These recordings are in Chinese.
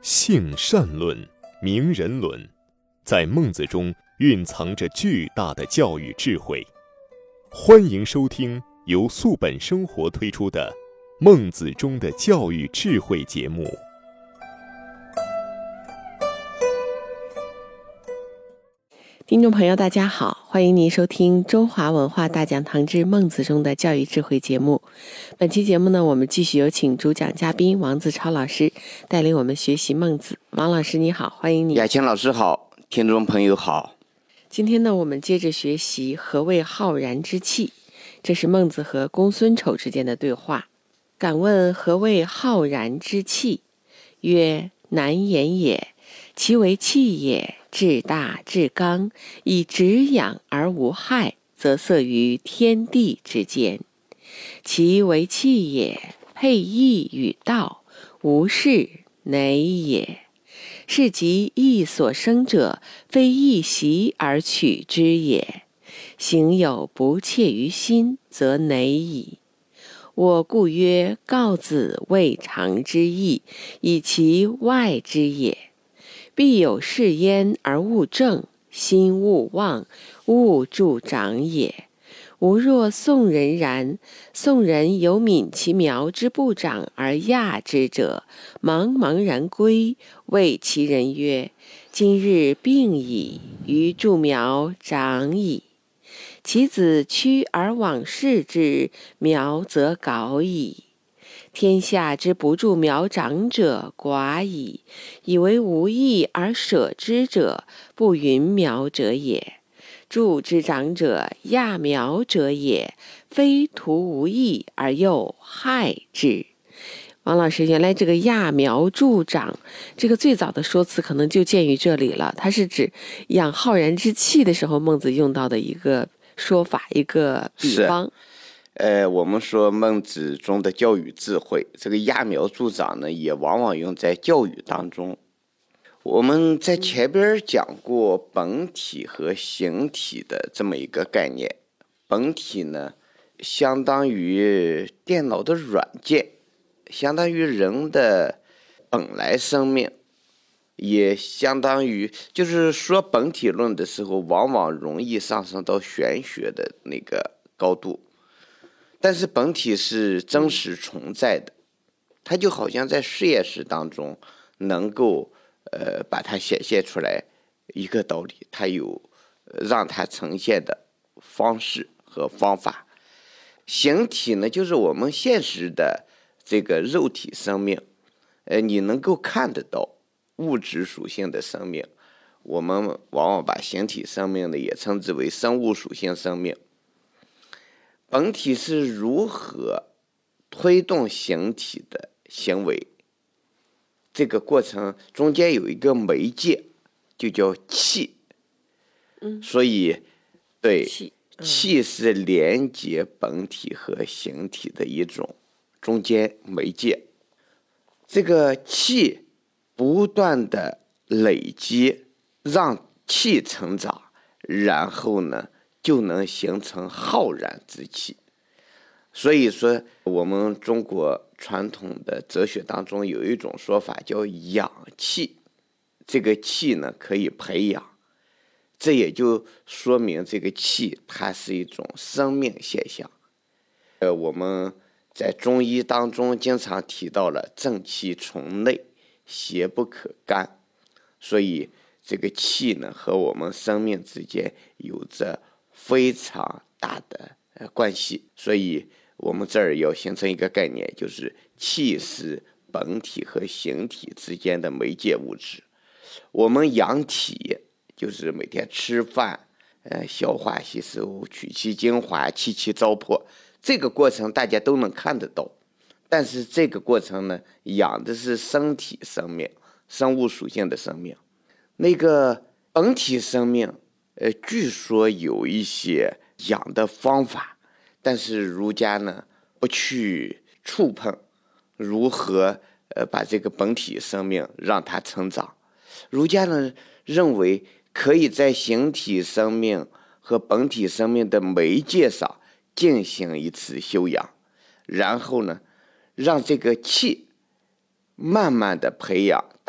性善论、名人论，在孟子中蕴藏着巨大的教育智慧。欢迎收听由素本生活推出的《孟子中的教育智慧》节目。 听众朋友大家好，欢迎您收听中华文化大讲堂之孟子中的教育智慧节目。本期节目呢，我们继续有请主讲嘉宾王自超老师带领我们学习孟子。王老师你好，欢迎你。 雅琴老师好，听众朋友好。 今天呢，我们接着学习何谓浩然之气，这是孟子和公孙丑之间的对话。敢问何谓浩然之气？曰：难言也。其为气也，至大至刚，以直养而无害，则塞于天地之间。其为气也，配义与道，无事馁也。是即义所生者，非义习而取之也。行有不切于心，则馁矣。我故曰：告子未尝之义，以其外之也。必有事焉而勿正，心勿忘，勿助长也。吾若宋人然，宋人有泯其苗之不长而亚之者，茫茫然归，谓其人曰：今日病矣，余助苗长矣。其子趋而往视之，苗则槁矣。天下之不助苗长者寡矣，以为无益而舍之者，不云苗者也。助之长者，亚苗者也，非徒无益而又害之。王老师，原来这个亚苗助长，这个最早的说辞可能就见于这里了，它是指养浩然之气的时候，孟子用到的一个说法，一个比方。 我们说孟子中的教育智慧，这个揠苗助长呢，也往往用在教育当中。我们在前边讲过本体和形体的这么一个概念。本体呢，相当于电脑的软件，相当于人的本来生命，也相当于就是说本体论的时候，往往容易上升到玄学的那个高度。但是本体是真实存在的，它就好像在实验室当中能够把它显现出来一个道理，它有让它呈现的方式和方法。形体呢，就是我们现实的这个肉体生命，你能够看得到物质属性的生命，我们往往把形体生命呢也称之为生物属性生命。本体是如何推动形体的行为，这个过程中间有一个媒介，就叫气。所以对，气是连接本体和形体的一种中间媒介。这个气不断的累积，让气成长，然后呢就能形成浩然之气。所以说我们中国传统的哲学当中有一种说法叫养气，这个气呢可以培养，这也就说明这个气它是一种生命现象。我们在中医当中经常提到了正气从内，邪不可干，所以这个气呢和我们生命之间有着非常大的关系。所以我们这儿要形成一个概念，就是气是本体和形体之间的媒介物质。我们养体就是每天吃饭，消化吸收，取其精华，去其糟粕，这个过程大家都能看得到。但是这个过程呢，养的是身体生命，生物属性的生命。那个本体生命据说有一些养的方法，但是儒家呢不去触碰如何把这个本体生命让它成长。儒家呢认为可以在形体生命和本体生命的媒介上进行一次修养，然后呢让这个气慢慢的培养，打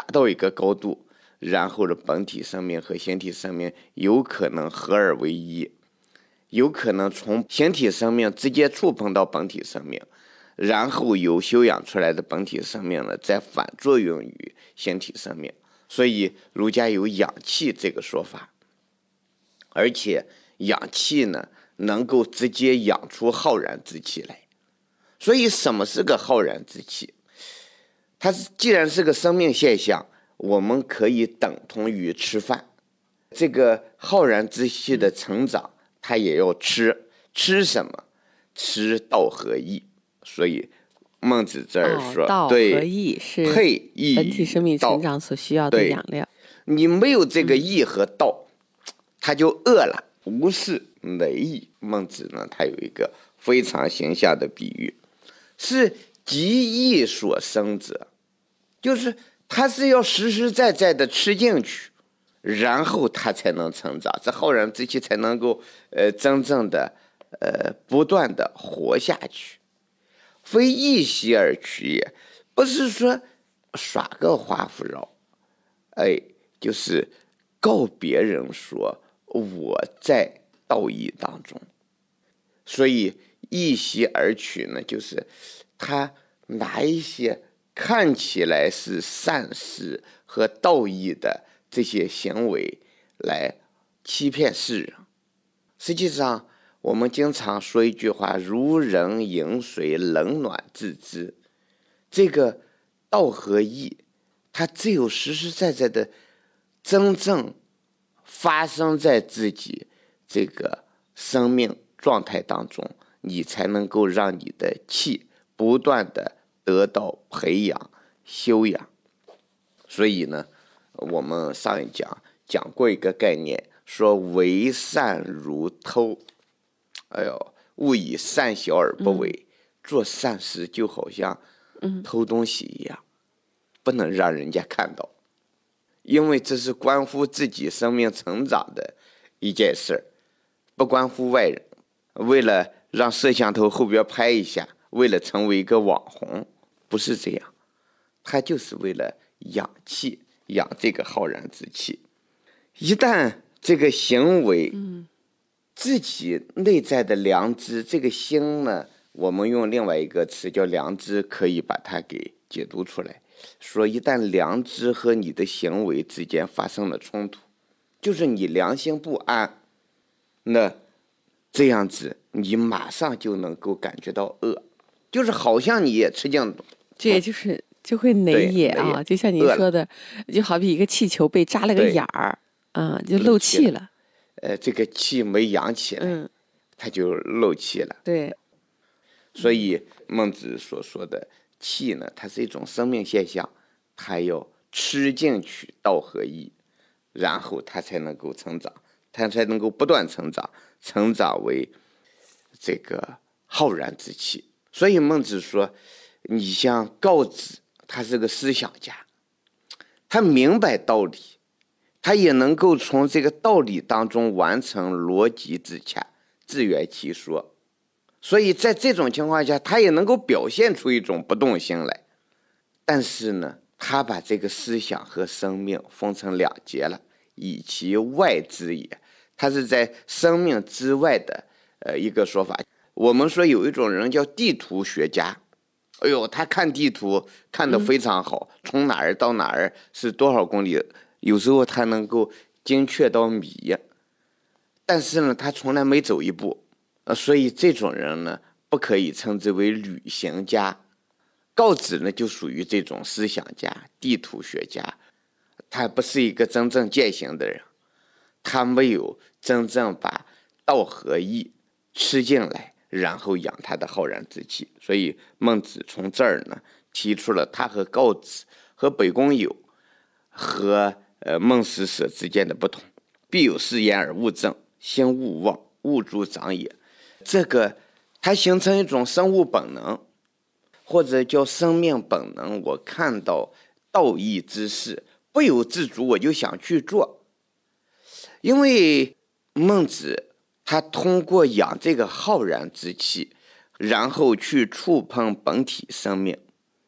到一个高度，然后本体生命和形体生命有可能合二为一，有可能从形体生命直接触碰到本体生命，然后由修养出来的本体生命呢，再反作用于形体生命。所以儒家有养气这个说法，而且养气呢，能够直接养出浩然之气来。所以什么是个浩然之气？它既然是个生命现象，我们可以等同于吃饭。这个浩然之气的成长，它也要吃。吃什么？吃道和义。所以孟子这儿说， 道和义是配义本体生命成长所需要的养料。 你没有这个义和道，它就饿了，无事为义。孟子呢，他有一个非常形象的比喻，是极义所生者，就是他是要实实在在的吃进去，然后他才能成长，这浩然之气才能够真正的不断的活下去。非一息而取也，不是说耍个花芙扰，就是告别人说我在道义当中。所以一息而取呢，就是他拿一些看起来是善事和道义的这些行为来欺骗世人。实际上我们经常说一句话，如人饮水，冷暖自知。这个道和义，它只有实实在在的真正发生在自己这个生命状态当中，你才能够让你的气不断的得到培养修养。所以呢，我们上一讲过一个概念，说为善如偷。勿以善小而不为。做善事就好像偷东西一样，不能让人家看到，因为这是关乎自己生命成长的一件事，不关乎外人。为了让摄像头后边拍一下，为了成为一个网红，不是这样，他就是为了养气，养这个浩然之气。一旦这个行为自己内在的良知，这个心呢，我们用另外一个词叫良知，可以把它给解读出来，说一旦良知和你的行为之间发生了冲突，就是你良心不安，那这样子你马上就能够感觉到饿，就是好像你也吃进了， 这也就是就会馁也啊，就像你说的，就好比一个气球被扎了个眼儿，就漏气了。 这个气没养起来，它就漏气了。 对， 所以孟子所说的气呢，它是一种生命现象，它要吃进去道和义，然后它才能够成长，它才能够不断成长，成长为这个浩然之气。所以孟子说，你像告子，他是个思想家，他明白道理，他也能够从这个道理当中完成逻辑自洽，自圆其说。所以在这种情况下，他也能够表现出一种不动心来。但是呢，他把这个思想和生命分成两截了，以其外之也。他是在生命之外的一个说法。我们说有一种人叫地图学家，他看地图看得非常好，从哪儿到哪儿是多少公里，有时候他能够精确到米，但是呢，他从来没走一步，所以这种人呢，不可以称之为旅行家。告子呢，就属于这种思想家、地图学家，他不是一个真正践行的人，他没有真正把道和义吃进来，然后养他的浩然之气。所以孟子从这儿呢，提出了他和告子、和北宫友、和孟施舍之间的不同。必有是言而勿正，心勿忘，勿助长也。这个它形成一种生物本能，或者叫生命本能。我看到道义之事，不由自主我就想去做。因为孟子他通过养这个浩然之气，然后去触碰本体生命，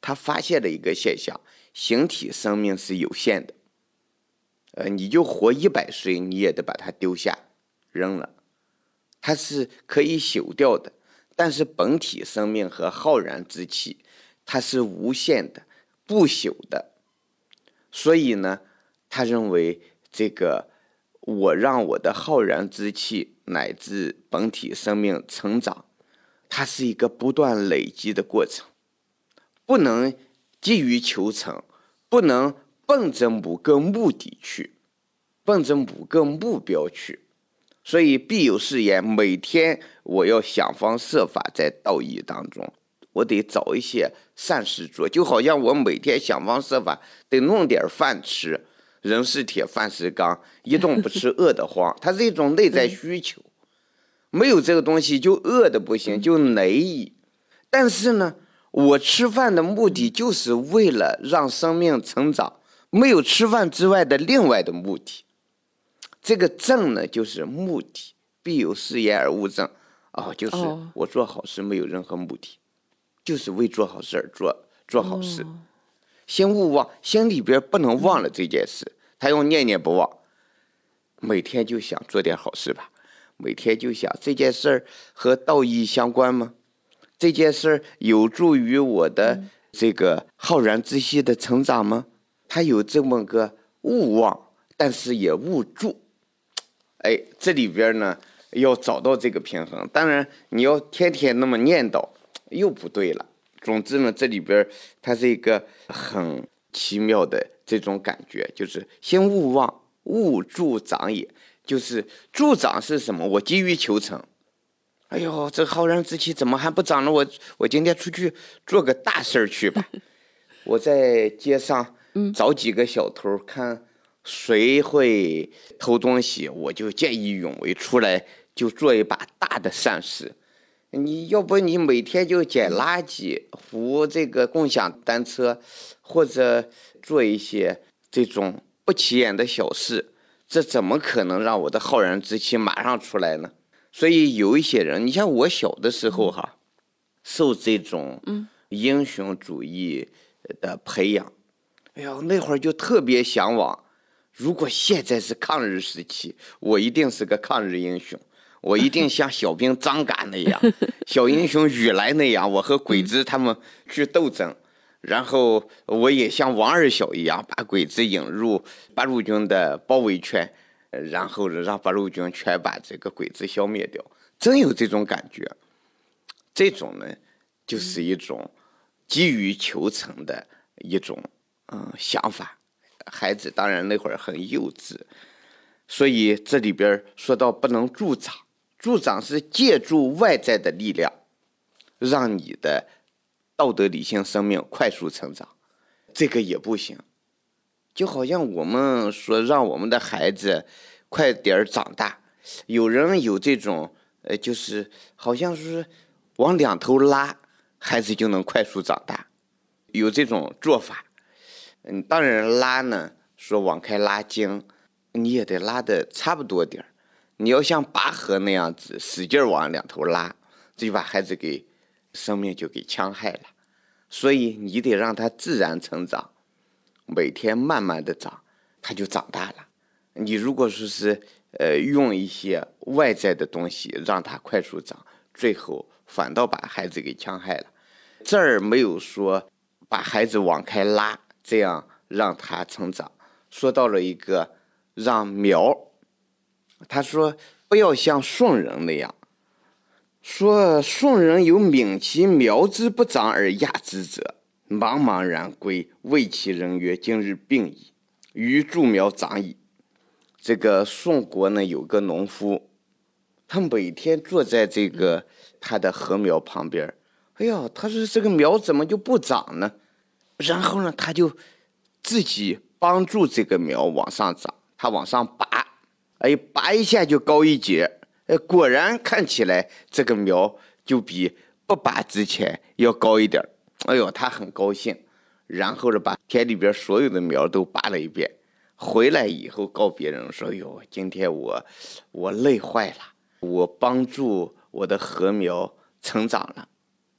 他发现了一个现象，形体生命是有限的，你就活100岁，你也得把它丢下扔了，它是可以朽掉的。但是本体生命和浩然之气，它是无限的、不朽的。所以呢，他认为这个我让我的浩然之气乃至本体生命成长，它是一个不断累积的过程，不能急于求成，不能奔着某个目的去，奔着某个目标去。所以必有是言，每天我要想方设法在道义当中，我得找一些善事做，就好像我每天想方设法得弄点饭吃，人是铁饭是钢，一顿不吃饿得慌，它是一种内在需求，没有这个东西就饿得不行，就累矣。但是呢，我吃饭的目的就是为了让生命成长，没有吃饭之外的另外的目的。这个正呢，就是目的，必有是言而无正，就是我做好事没有任何目的，就是为做好事而做好事。先勿忘，心里边不能忘了这件事，他要念念不忘，每天就想做点好事吧，每天就想这件事和道义相关吗？这件事有助于我的这个浩然之气的成长吗？他有这么个勿忘，但是也勿助。这里边呢要找到这个平衡，当然你要天天那么念叨又不对了。总之呢，这里边它是一个很奇妙的这种感觉，就是先勿忘，勿助长也。就是助长是什么？我急于求成，这浩然之气怎么还不长呢？我今天出去做个大事去吧。我在街上找几个小偷，看谁会偷东西，我就见义勇为出来，就做一把大的善事。你要不你每天就捡垃圾，扶这个共享单车，或者做一些这种不起眼的小事，这怎么可能让我的浩然之气马上出来呢？所以有一些人，你像我小的时候受这种英雄主义的培养，那会儿就特别向往，如果现在是抗日时期，我一定是个抗日英雄，我一定像小兵张嘎那样，小英雄雨来那样，我和鬼子他们去斗争，然后我也像王二小一样，把鬼子引入八路军的包围圈，然后让八路军全把这个鬼子消灭掉。真有这种感觉。这种呢，就是一种急于求成的一种想法。孩子当然那会儿很幼稚，所以这里边说到不能助长，助长是借助外在的力量，让你的道德理性生命快速成长，这个也不行。就好像我们说让我们的孩子快点长大，有人有这种就是好像是往两头拉，孩子就能快速长大，有这种做法。当然拉呢，说往开拉筋，你也得拉的差不多点，你要像拔河那样子使劲往两头拉，这就把孩子给生命就给戕害了。所以你得让他自然成长，每天慢慢的长，他就长大了。你如果说是用一些外在的东西让他快速长，最后反倒把孩子给戕害了。这儿没有说把孩子往开拉，这样让他成长，说到了一个让苗，他说不要像宋人那样，说宋人有悯其苗之不长而压之者，茫茫然归，谓其人曰：今日病矣，余助苗长矣。这个宋国呢有个农夫，他每天坐在这个他的禾苗旁边，他说这个苗怎么就不长呢？然后呢他就自己帮助这个苗往上长，他往上拔，拔一下就高一截，果然看起来这个苗就比不拔之前要高一点。他很高兴，然后呢把田里边所有的苗都拔了一遍，回来以后告别人说，今天我累坏了，我帮助我的禾苗成长了。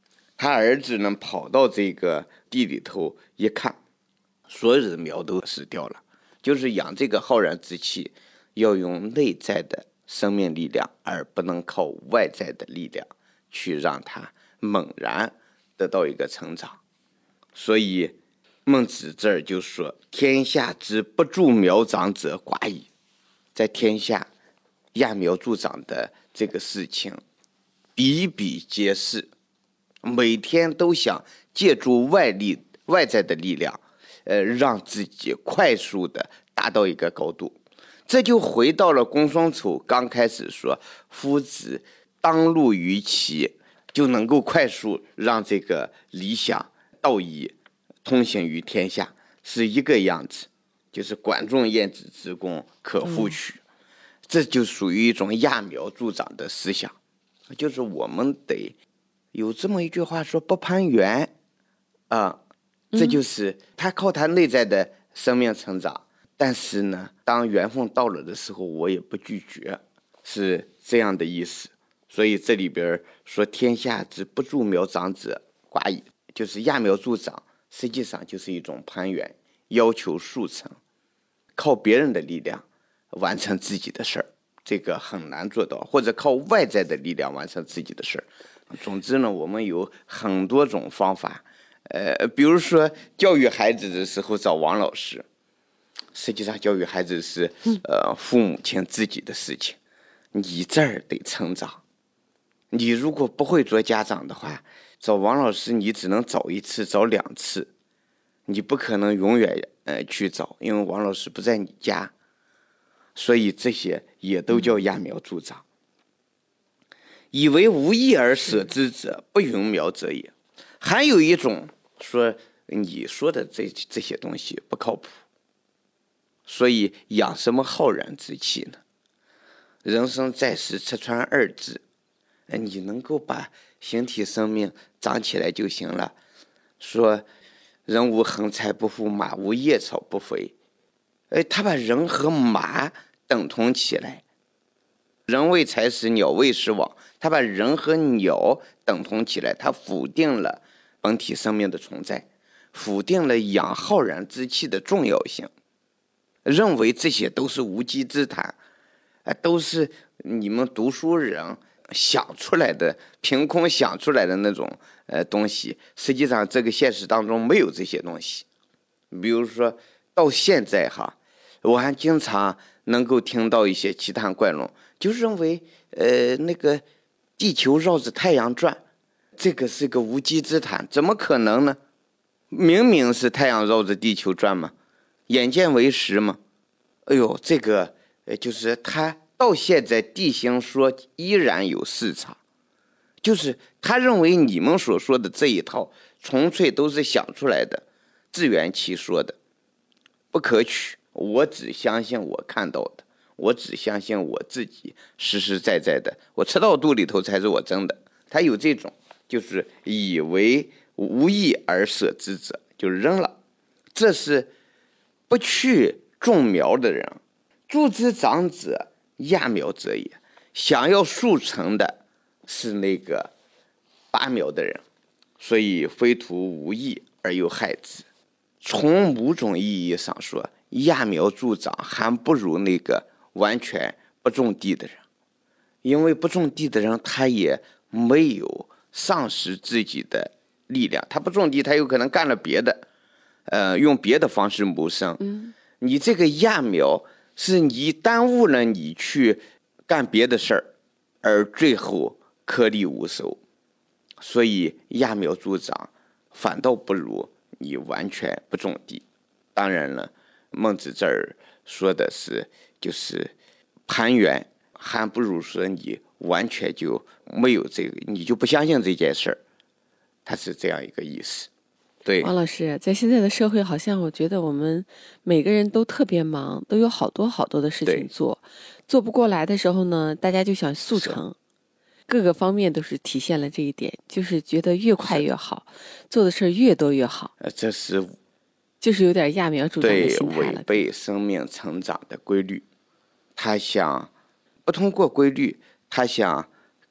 他儿子呢跑到这个地里头一看，所有的苗都死掉了。就是养这个浩然之气，要用内在的生命力量，而不能靠外在的力量去让它猛然得到一个成长。所以孟子这儿就说：“天下之不助苗长者寡矣。”在天下，揠苗助长的这个事情比比皆是，每天都想借助外在的力量，让自己快速的达到一个高度。这就回到了公孙丑刚开始说夫子当路于齐，就能够快速让这个理想道义通行于天下，是一个样子，就是管仲晏子之功，可复取。这就属于一种揠苗助长的思想，就是我们得有这么一句话说：“不攀援啊。”这就是他靠他内在的生命成长，但是呢，当缘分到了的时候，我也不拒绝，是这样的意思。所以这里边说：“天下之不助苗长者寡矣”，就是揠苗助长，实际上就是一种攀援，要求速成，靠别人的力量完成自己的事儿，这个很难做到，或者靠外在的力量完成自己的事儿。总之呢，我们有很多种方法。比如说教育孩子的时候找王老师，实际上教育孩子是父母亲自己的事情，你这儿得成长。你如果不会做家长的话，找王老师你只能找一次找2次，你不可能永远去找，因为王老师不在你家，所以这些也都叫揠苗助长。以为无益而舍之者，不云苗者也。还有一种说你说的这些东西不靠谱，所以养什么浩然之气呢？人生在世，吃穿2字，你能够把形体生命长起来就行了。说人无横财不富，马无夜草不肥。他把人和马等同起来，人为财死，鸟为食亡。他把人和鸟等同起来，他否定了本体生命的存在，否定了养浩然之气的重要性，认为这些都是无稽之谈，都是你们读书人想出来的，凭空想出来的那种东西。实际上这个现实当中没有这些东西。比如说到现在哈，我还经常能够听到一些奇谈怪论，就认为那个地球绕着太阳转，这个是个无稽之谈，怎么可能呢？明明是太阳绕着地球转嘛，眼见为实嘛。哎呦，这个就是他到现在地心说依然有市场，就是他认为你们所说的这一套纯粹都是想出来的，自圆其说的，不可取。我只相信我看到的，我只相信我自己实实在在的，我吃到肚里头才是我真的。他有这种就是以为无益而舍之者，就扔了。这是不去种苗的人。助之长者，揠苗者也。想要速成的是那个拔苗的人，所以非图无益而又害之。从某种意义上说，揠苗助长还不如那个完全不种地的人，因为不种地的人他也没有丧失自己的力量，他不种地，他有可能干了别的，用别的方式谋生。你这个揠苗是你耽误了你去干别的事儿，而最后颗粒无收，所以揠苗助长反倒不如你完全不种地。当然了，孟子这儿说的是就是攀援，还不如说你完全就没有这个，你就不相信这件事儿，他是这样一个意思。对， 王老师，在现在的社会，好像我觉得我们每个人都特别忙，都有好多好多的事情做不过来的时候呢，大家就想速成，各个方面都是体现了这一点，就是觉得越快越好，做的事越多越好。 这是就是有点揠苗助长的心态了， 违背生命成长的规律。他想不通过规律，他想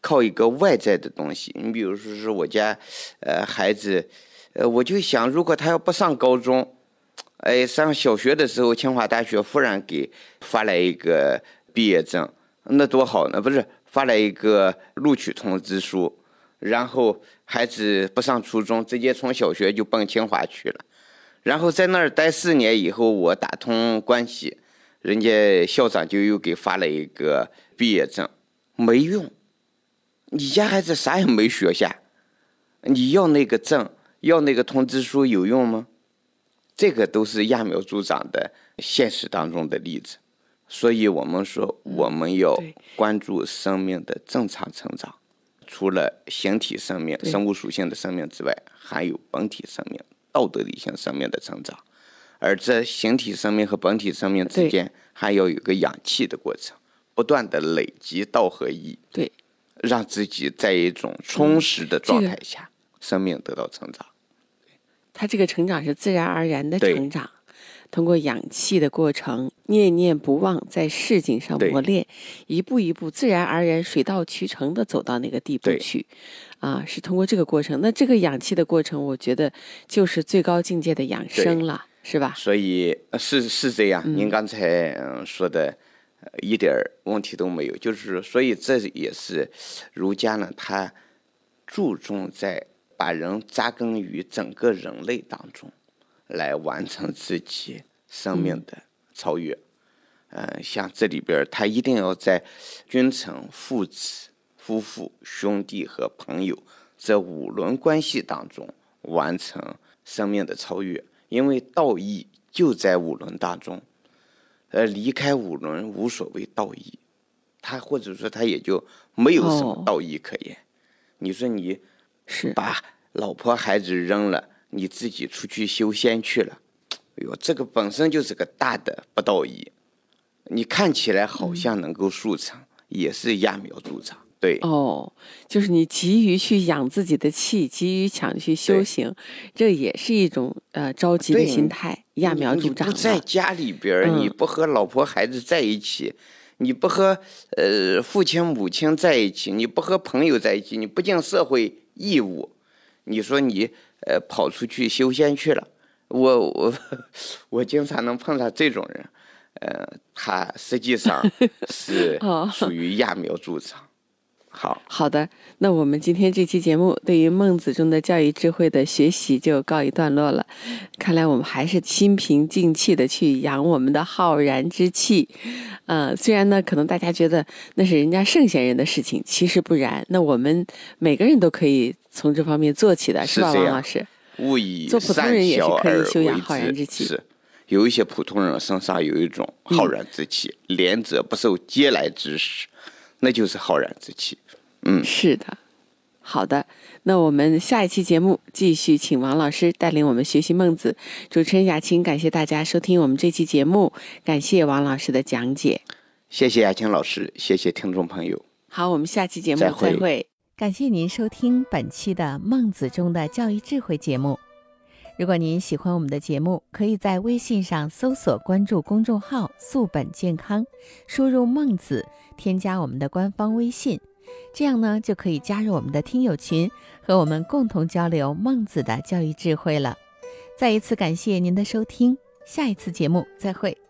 靠一个外在的东西。你比如说是我家孩子，我就想如果他要不上高中，上小学的时候清华大学忽然给发来一个毕业证，那多好呢，不是发来一个录取通知书，然后孩子不上初中，直接从小学就奔清华去了，然后在那儿待4年以后，我打通关系，人家校长就又给发了一个毕业证，没用。你家孩子啥也没学下，你要那个证，要那个通知书有用吗？这个都是揠苗助长的现实当中的例子。所以我们说，我们要关注生命的正常成长，除了形体生命、生物属性的生命之外，还有本体生命、道德理性生命的成长。而这形体生命和本体生命之间还要有个养气的过程，不断的累积道和义， 对， 让自己在一种充实的状态下，生命得到成长。 它这个成长是自然而然的成长，通过养气的过程，念念不忘，在市井上磨练，一步一步自然而然水到渠成的走到那个地步去，是通过这个过程。那这个养气的过程，我觉得就是最高境界的养生了，是吧？ 所以是这样，您刚才说的一点问题都没有，就是所以这也是儒家呢，他注重在把人扎根于整个人类当中，来完成自己生命的超越。像这里边他一定要在君臣、父子、夫妇、兄弟和朋友这5轮关系当中完成生命的超越，因为道义就在5轮当中。离开5轮无所谓道义，他或者说他也就没有什么道义可言。你说你把老婆孩子扔了，你自己出去修仙去了，这个本身就是个大的不道义。你看起来好像能够速成，也是揠苗助长。对， 就是你急于去养自己的气，急于想去修行，这也是一种着急的心态，揠苗助长。 你不在家里边，你不和老婆孩子在一起，你不和父亲母亲在一起，你不和朋友在一起，你不尽社会义务，你说你跑出去修仙去了，我经常能碰到这种人，他实际上是属于揠苗助长。 好的，那我们今天这期节目对于孟子中的教育智慧的学习就告一段落了。看来我们还是心平静气的去养我们的浩然之气。虽然呢，可能大家觉得那是人家圣贤人的事情，其实不然。那我们每个人都可以从这方面做起的，是吧，王老师？ 勿以做普通人也是可以修养浩然之气。 是，有一些普通人身上有一种浩然之气，廉者不受嗟来之食，那就是浩然之气。 是的。好的，那我们下一期节目继续请王老师带领我们学习孟子。主持人雅琴，感谢大家收听我们这期节目，感谢王老师的讲解。 谢谢雅琴老师，谢谢听众朋友。 好，我们下期节目再会。 感谢您收听本期的孟子中的教育智慧节目。如果您喜欢我们的节目，可以在微信上搜索关注公众号素本健康，输入孟子，添加我们的官方微信，这样呢就可以加入我们的听友群，和我们共同交流孟子的教育智慧了。再一次感谢您的收听，下一次节目再会。